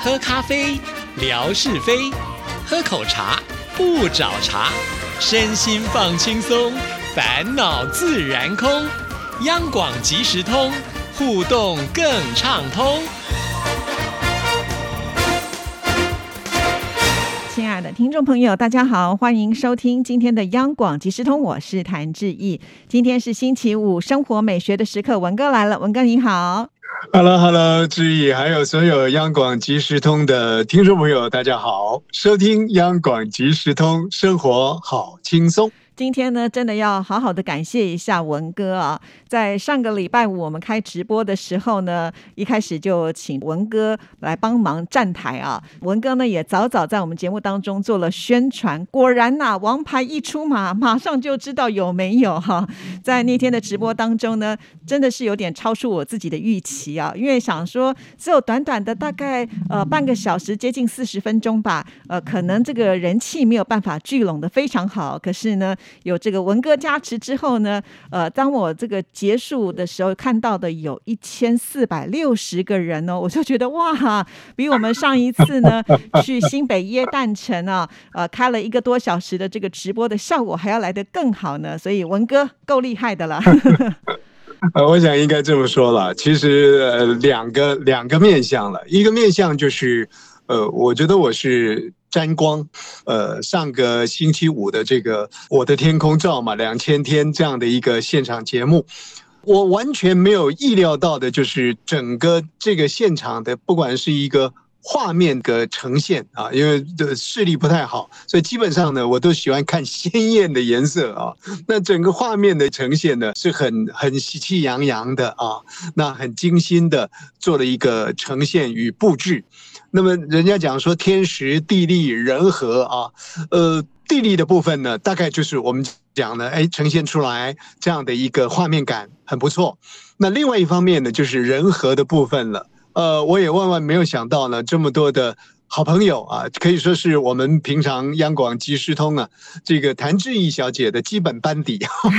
喝咖啡，聊是非；喝口茶，不找茬。身心放轻松，烦恼自然空。央广即时通，互动更畅通。 亲爱的听众朋友，大家好，欢迎收听今天的央广即时通，我是谭志毅。今天是星期五，生活美学的时刻，文哥来了，文哥你好。 Hello， 志毅，还有所有央广即时通的听众朋友，大家好，收听央广即时通，生活好轻松。 今天呢，真的要好好的感谢一下文哥啊！在上个礼拜五我们开直播的时候呢，一开始就请文哥来帮忙站台啊。文哥呢也早早在我们节目当中做了宣传，果然啊，王牌一出马，马上就知道有没有哈。在那天的直播当中呢，真的是有点超出我自己的预期啊，因为想说只有短短的大概半个小时，接近40分钟吧，可能这个人气没有办法聚拢的非常好，可是呢，有这个文哥加持之后呢，当我这个结束的时候看到的有1460个人哦，我就觉得哇，比我们上一次呢去新北耶诞城啊，开了1个多小时的这个直播的效果还要来得更好呢，所以文哥够厉害的了。 我想应该这么说了，其实两个面向了，一个面向就是我觉得我是沾光，上个星期五的这个我的天空照嘛，2000天这样的一个现场节目，我完全没有意料到的就是整个这个现场的不管是一个画面的呈现啊，因为视力不太好，所以基本上呢，我都喜欢看鲜艳的颜色啊。那整个画面的呈现呢，是很喜气洋洋的啊，那很精心的做了一个呈现与布置。那么人家讲说天时地利人和啊，地利的部分呢，大概就是我们讲的，呈现出来这样的一个画面感很不错。那另外一方面呢，就是人和的部分了。我也万万没有想到呢，这么多的好朋友啊，可以说是我们平常央广即时通啊，这个谭志毅小姐的基本班底。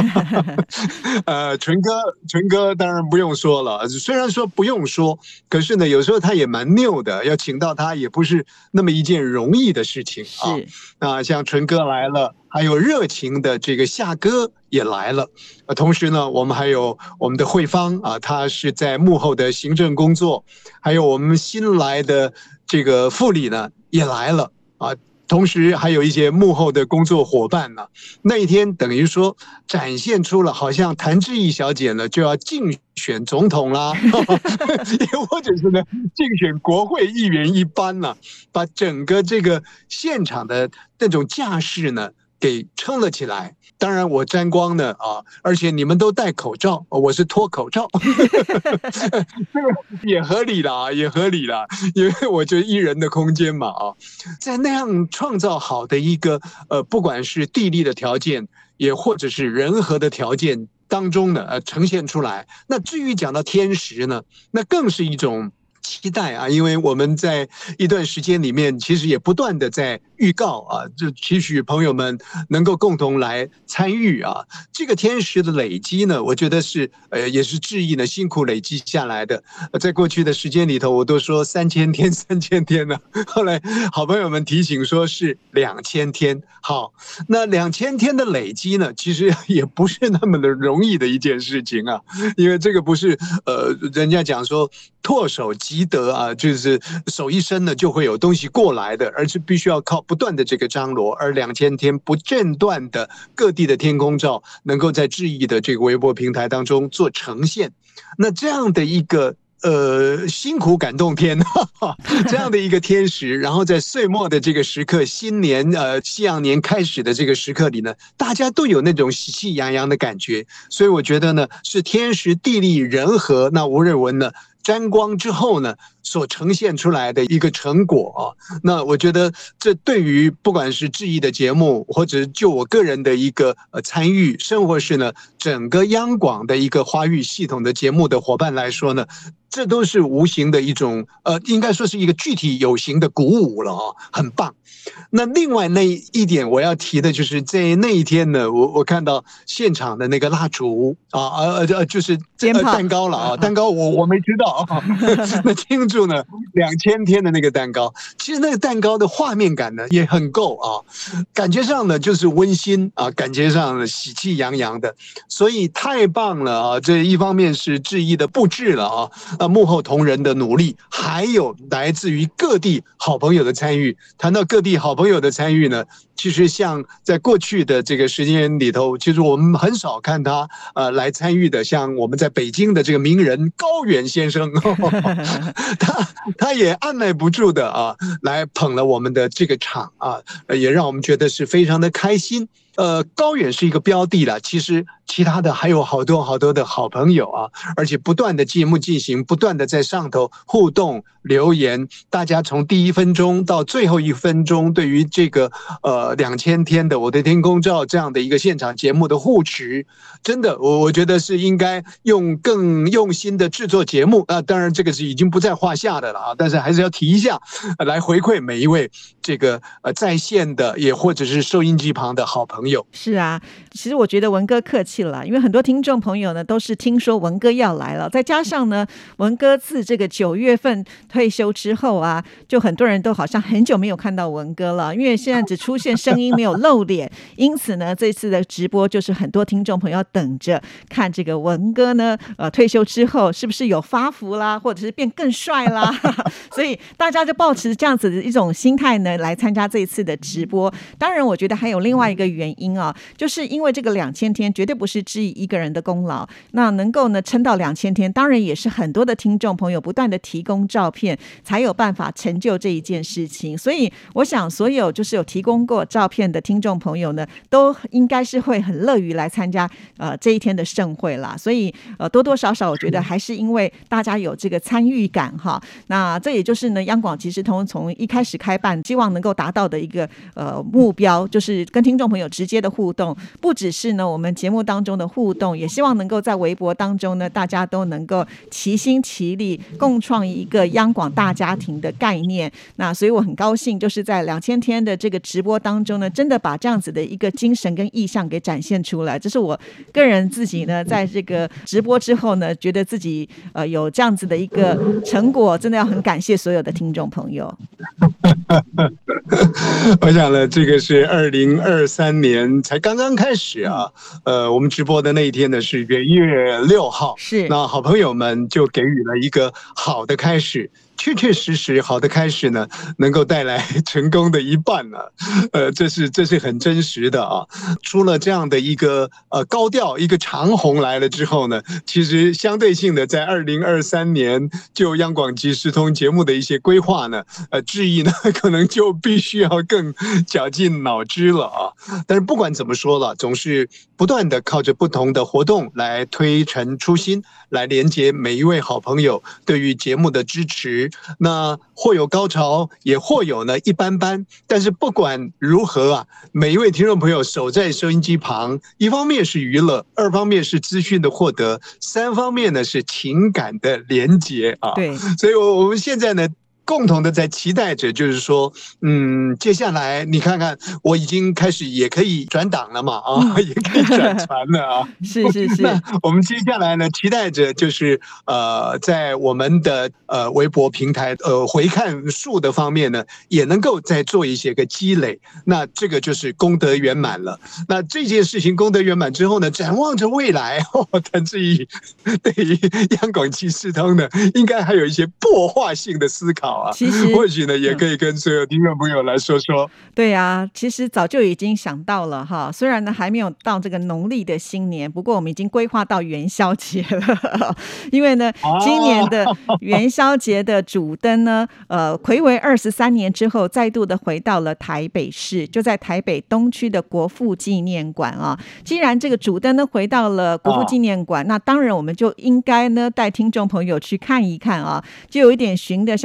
纯哥当然不用说了，虽然说不用说，可是呢，有时候他也蛮拗的，要请到他也不是那么一件容易的事情啊。那像纯哥来了，还有热情的这个夏哥也来了，同时呢，我们还有我们的慧芳啊，她是在幕后的行政工作，还有我们新来的这个副理呢也来了啊，同时还有一些幕后的工作伙伴呢。那一天等于说展现出了好像谭志毅小姐呢就要竞选总统啦，也或者是呢竞选国会议员一般呢，把整个这个现场的那种架势呢给撑了起来。当然我沾光呢啊，而且你们都戴口罩，我是脱口罩。这个也合理啦啊，也合理啦，因为我觉得1人的空间嘛啊，在那样创造好的一个不管是地利的条件，也或者是人和的条件当中呢呈现出来。那至于讲到天时呢，那更是一种期待啊，因为我们在一段时间里面其实也不断的在预告啊，就期许朋友们能够共同来参与啊。这个天时的累积呢，我觉得是也是志毅呢辛苦累积下来的。在过去的时间里头，我都说3000天呢，后来好朋友们提醒说是2000天。好，那2000天的累积呢，其实也不是那么的容易的一件事情啊，因为这个不是人家讲说唾手即得啊，就是手一伸呢就会有东西过来的，而是必须要靠不断的这个张罗。而2000天不间断的各地的天空照，能够在志毅的这个微博平台当中做呈现，那这样的一个辛苦感动天，这样的一个天时，然后在岁末的这个时刻，新年西洋年开始的这个时刻里呢，大家都有那种喜气洋洋的感觉，所以我觉得呢，是天时地利人和，那吴瑞文呢沾光之后呢所呈现出来的一个成果啊。那我觉得这对于不管是志毅的节目，或者就我个人的一个参与，甚或是呢整个央广的一个华语系统的节目的伙伴来说呢， 这都是无形的一种应该说是一个具体有形的鼓舞了很棒。那另外那一点我要提的就是在那一天呢，我看到现场的那个蜡烛就是蛋糕了蛋糕我没知道那庆祝呢2000天的那个蛋糕，其实那个蛋糕的画面感呢也很够感觉上呢就是温馨感觉上呢喜气洋洋的，所以太棒了这一方面是致意的布置了幕后同仁的努力，还有来自于各地好朋友的参与。谈到各地好朋友的参与呢，其实像在过去的这个时间里头，其实我们很少看他来参与的，像我们在北京的这个名人高远先生他也按耐不住的来捧了我们的这个场也让我们觉得是非常的开心。高远是一个标的啦，其实其他的还有好多好多的好朋友而且不断的节目进行，不断的在上头互动留言，大家从第1分钟到最后1分钟，对于这个2000天的我的天空照这样的一个现场节目的护持，真的我觉得是应该用更用心的制作节目当然这个是已经不在话下的了但是还是要提一下来回馈每一位这个在线的也或者是收音机旁的好朋友。 是啊，其实我觉得文哥客气了，因为很多听众朋友呢都是听说文哥要来了，再加上呢文哥自这个9月份退休之后就很多人都好像很久没有看到文哥了，因为现在只出现声音没有露脸因此呢这次的直播就是很多听众朋友等着看这个文哥呢退休之后是不是有发福啦，或者是变更帅啦所以大家就抱持这样子的一种心态呢来参加这一次的直播。当然我觉得还有另外一个原因就是因为这个2000天绝对不是志毅一个人的功劳，那能够呢撑到2000天，当然也是很多的听众朋友不断的提供照片才有办法成就这一件事情。所以我想所有就是有提供过照片的听众朋友呢都应该是会很乐于来参加这一天的盛会啦。所以多多少少我觉得还是因为大家有这个参与感那这也就是呢央广即时通从一开始开办希望能够达到的一个目标，就是跟听众朋友直接的互动，不只是呢我们节目当中的互动，也希望能够在微博当中呢大家都能够齐心齐力共创一个央广大家庭的概念。那所以我很高兴就是在2000天的这个直播当中呢真的把这样子的一个精神跟意象给展现出来，这是我个人自己呢在这个直播之后呢觉得自己有这样子的一个成果，真的要很感谢所有的听众朋友我想呢这个是2023年才刚刚开始我们直播的那一天呢是1月6号，是那好朋友们就给予了一个好的开始，确确实实好的开始呢能够带来成功的一半呢这是很真实的出了这样的一个高调一个长虹来了之后呢，其实相对性的在2023年就央广即时通节目的一些规划呢志毅呢可能就必须要更绞尽脑汁了但是不管怎么说了，总是不断的靠着不同的活动来推陈出新，来连接每一位好朋友对于节目的支持，那或有高潮也或有呢一般般，但是不管如何每一位听众朋友守在收音机旁，一方面是娱乐，2方面是资讯的获得，3方面呢是情感的连结对，所以我们现在呢共同的在期待着，就是说接下来你看看我已经开始也可以转档了嘛也可以转传了是那我们接下来呢期待着就是在我们的微博平台回看数的方面呢也能够再做一些个积累，那这个就是功德圆满了。那这件事情功德圆满之后呢，展望着未来谭志毅对于央广即时通呢应该还有一些破坏性的思考其实或许呢也可以跟所有听众朋友来说说。 对啊，其实早就已经想到了虽然呢还没有到这个农历的新年，不过我们已经规划到元宵节了因为呢今年的元宵节的主灯呢睽违23年之后再度的回到了台北市，就在台北东区的国父纪念馆既然这个主灯呢回到了国父纪念馆那当然我们就应该呢带听众朋友去看一看就有一点循的像上一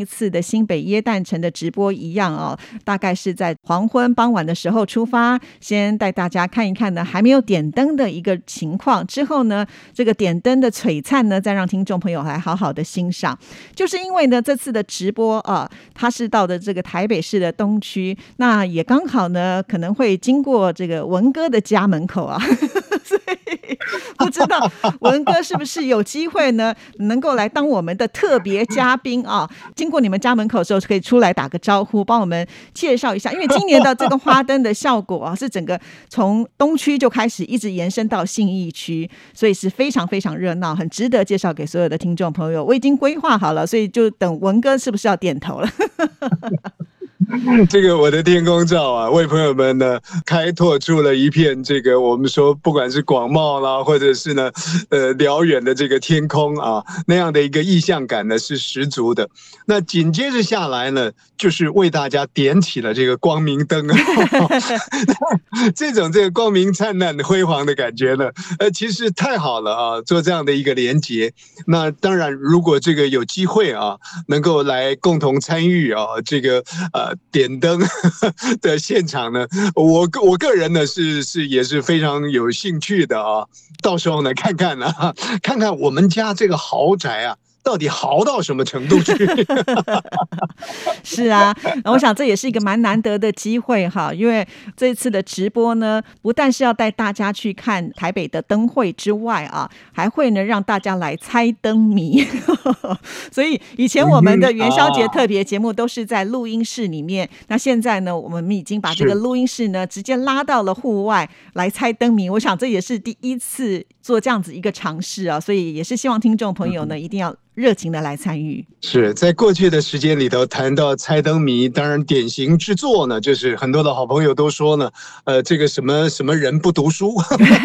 次的新北耶诞城的直播一样哦，大概是在黄昏傍晚的时候出发，先带大家看一看呢还没有点灯的一个情况，之后呢这个点灯的璀璨呢再让听众朋友来好好的欣赏。就是因为呢这次的直播它是到的这个台北市的东区，那也刚好呢可能会经过这个文哥的家门口啊所以不知道文哥是不是有机会呢能够来当我们的特别嘉宾啊？经过你们家门口的时候可以出来打个招呼，帮我们介绍一下，因为今年的这个花灯的效果啊是整个从东区就开始一直延伸到信义区，所以是非常非常热闹，很值得介绍给所有的听众朋友。我已经规划好了，所以就等文哥是不是要点头了这个我的天空照啊，为朋友们呢开拓出了一片这个我们说不管是广袤啦，或者是呢辽远的这个天空啊，那样的一个意象感呢是十足的。那紧接着下来呢，就是为大家点起了这个光明灯这个光明灿烂辉煌的感觉呢，其实太好了啊，做这样的一个连结。那当然，如果这个有机会啊，能够来共同参与啊，这个点灯的现场呢，我个人呢也是非常有兴趣的啊。到时候呢，看看我们家这个豪宅啊，到底豪到什么程度去是啊，我想这也是一个蛮难得的机会哈，因为这次的直播呢，不但是要带大家去看台北的灯会之外啊，还会呢让大家来猜灯谜所以以前我们的元宵节特别节目都是在录音室里面，那现在呢我们已经把这个录音室呢直接拉到了户外来猜灯谜，我想这也是第一次做这样子一个尝试啊，所以也是希望听众朋友呢一定要热情的来参与。 是在过去的时间里头谈到猜灯谜，当然典型之作呢，就是很多的好朋友都说呢，这个什么人不读书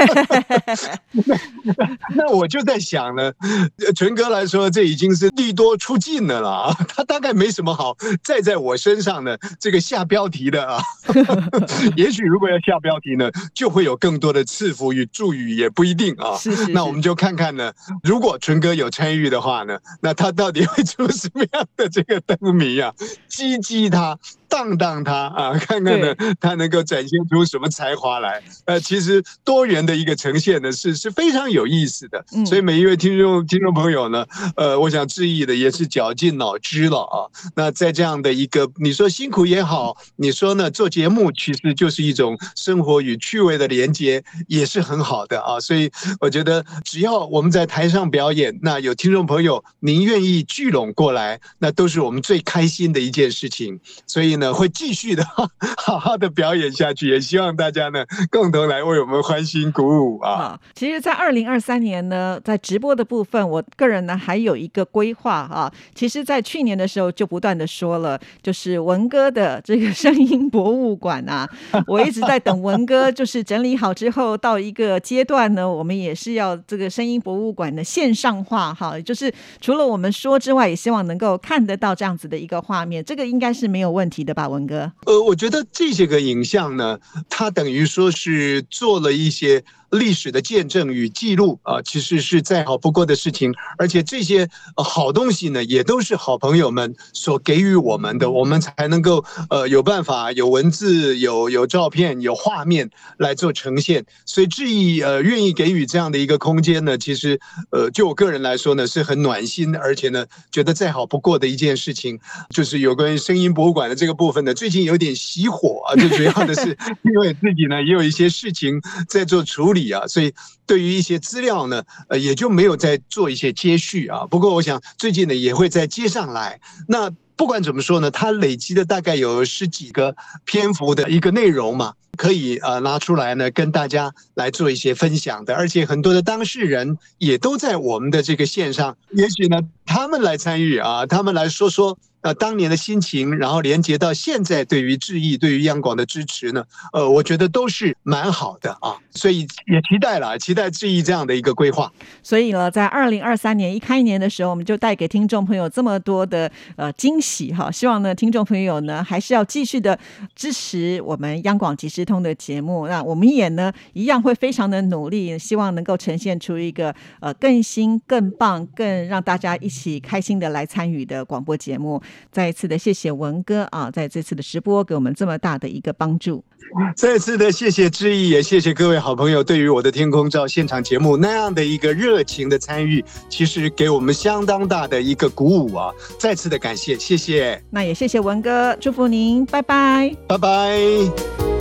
那我就在想呢，纯哥来说，这已经是利多出尽了啦，他大概没什么好再在我身上呢这个下标题的啊也许如果要下标题呢，就会有更多的赐福与祝语，也不一定啊。 是那我们就看看呢，如果纯哥有参与的话呢，那他到底会出什么样的这个灯谜啊？激他，荡他啊，看看呢，他能够展现出什么才华来？其实多元的一个呈现呢，是非常有意思的。所以每一位听众朋友呢，我想致意的也是绞尽脑汁了啊。那在这样的一个，你说辛苦也好，你说呢做节目其实就是一种生活与趣味的连接，也是很好的啊。所以我觉得，只要我们在台上表演，那有听众朋友您愿意聚拢过来，那都是我们最开心的一件事情。所以呢，会继续的好好的表演下去，也希望大家呢共同来为我们欢欣鼓舞啊。 其实在2023年呢，在直播的部分，我个人呢还有一个规划啊。其实在去年的时候就不断的说了，就是文哥的这个声音博物馆啊，我一直在等文哥就是整理好之后，到一个阶段呢，我们也是要这个声音博物馆的线上化哈，就是除了我们说之外，也希望能够看得到这样子的一个画面，这个应该是没有问题的吧，文哥？ 我觉得这些个影像呢，它等于说是做了一些历史的见证与记录啊，其实是再好不过的事情。而且这些好东西呢，也都是好朋友们所给予我们的，我们才能够有办法有文字、有照片、有画面来做呈现。所以致意愿意给予这样的一个空间呢，其实就我个人来说呢，是很暖心，而且呢，觉得再好不过的一件事情。就是有关于声音博物馆的这个部分呢，最近有点熄火啊，最主要的是因为自己呢也有一些事情在做处理啊，所以对于一些资料呢，也就没有再做一些接续啊。不过我想最近呢也会再接上来。那不管怎么说呢，它累积的大概有10几个篇幅的一个内容嘛，可以拿出来呢跟大家来做一些分享的，而且很多的当事人也都在我们的这个线上，也许呢他们来参与啊，他们来说当年的心情，然后连接到现在对于致意、对于央广的支持呢，我觉得都是蛮好的啊，所以也期待致意这样的一个规划。 所以呢，在2023年一开年的时候，我们就带给听众朋友这么多的惊喜哈，希望呢听众朋友呢还是要继续的支持我们央广即时通的节目，那我们也呢一样会非常的努力，希望能够呈现出一个更新、更棒、更让大家一起开心的来参与的广播节目。 再一次的谢谢文哥啊，在这次的直播给我们这么大的一个帮助。 再次的谢谢志毅，也谢谢各位好朋友对于我的天空照现场节目那样的一个热情的参与，其实给我们相当大的一个鼓舞啊！再次的感谢，谢谢。 那也谢谢文哥，祝福您，拜拜， 拜拜。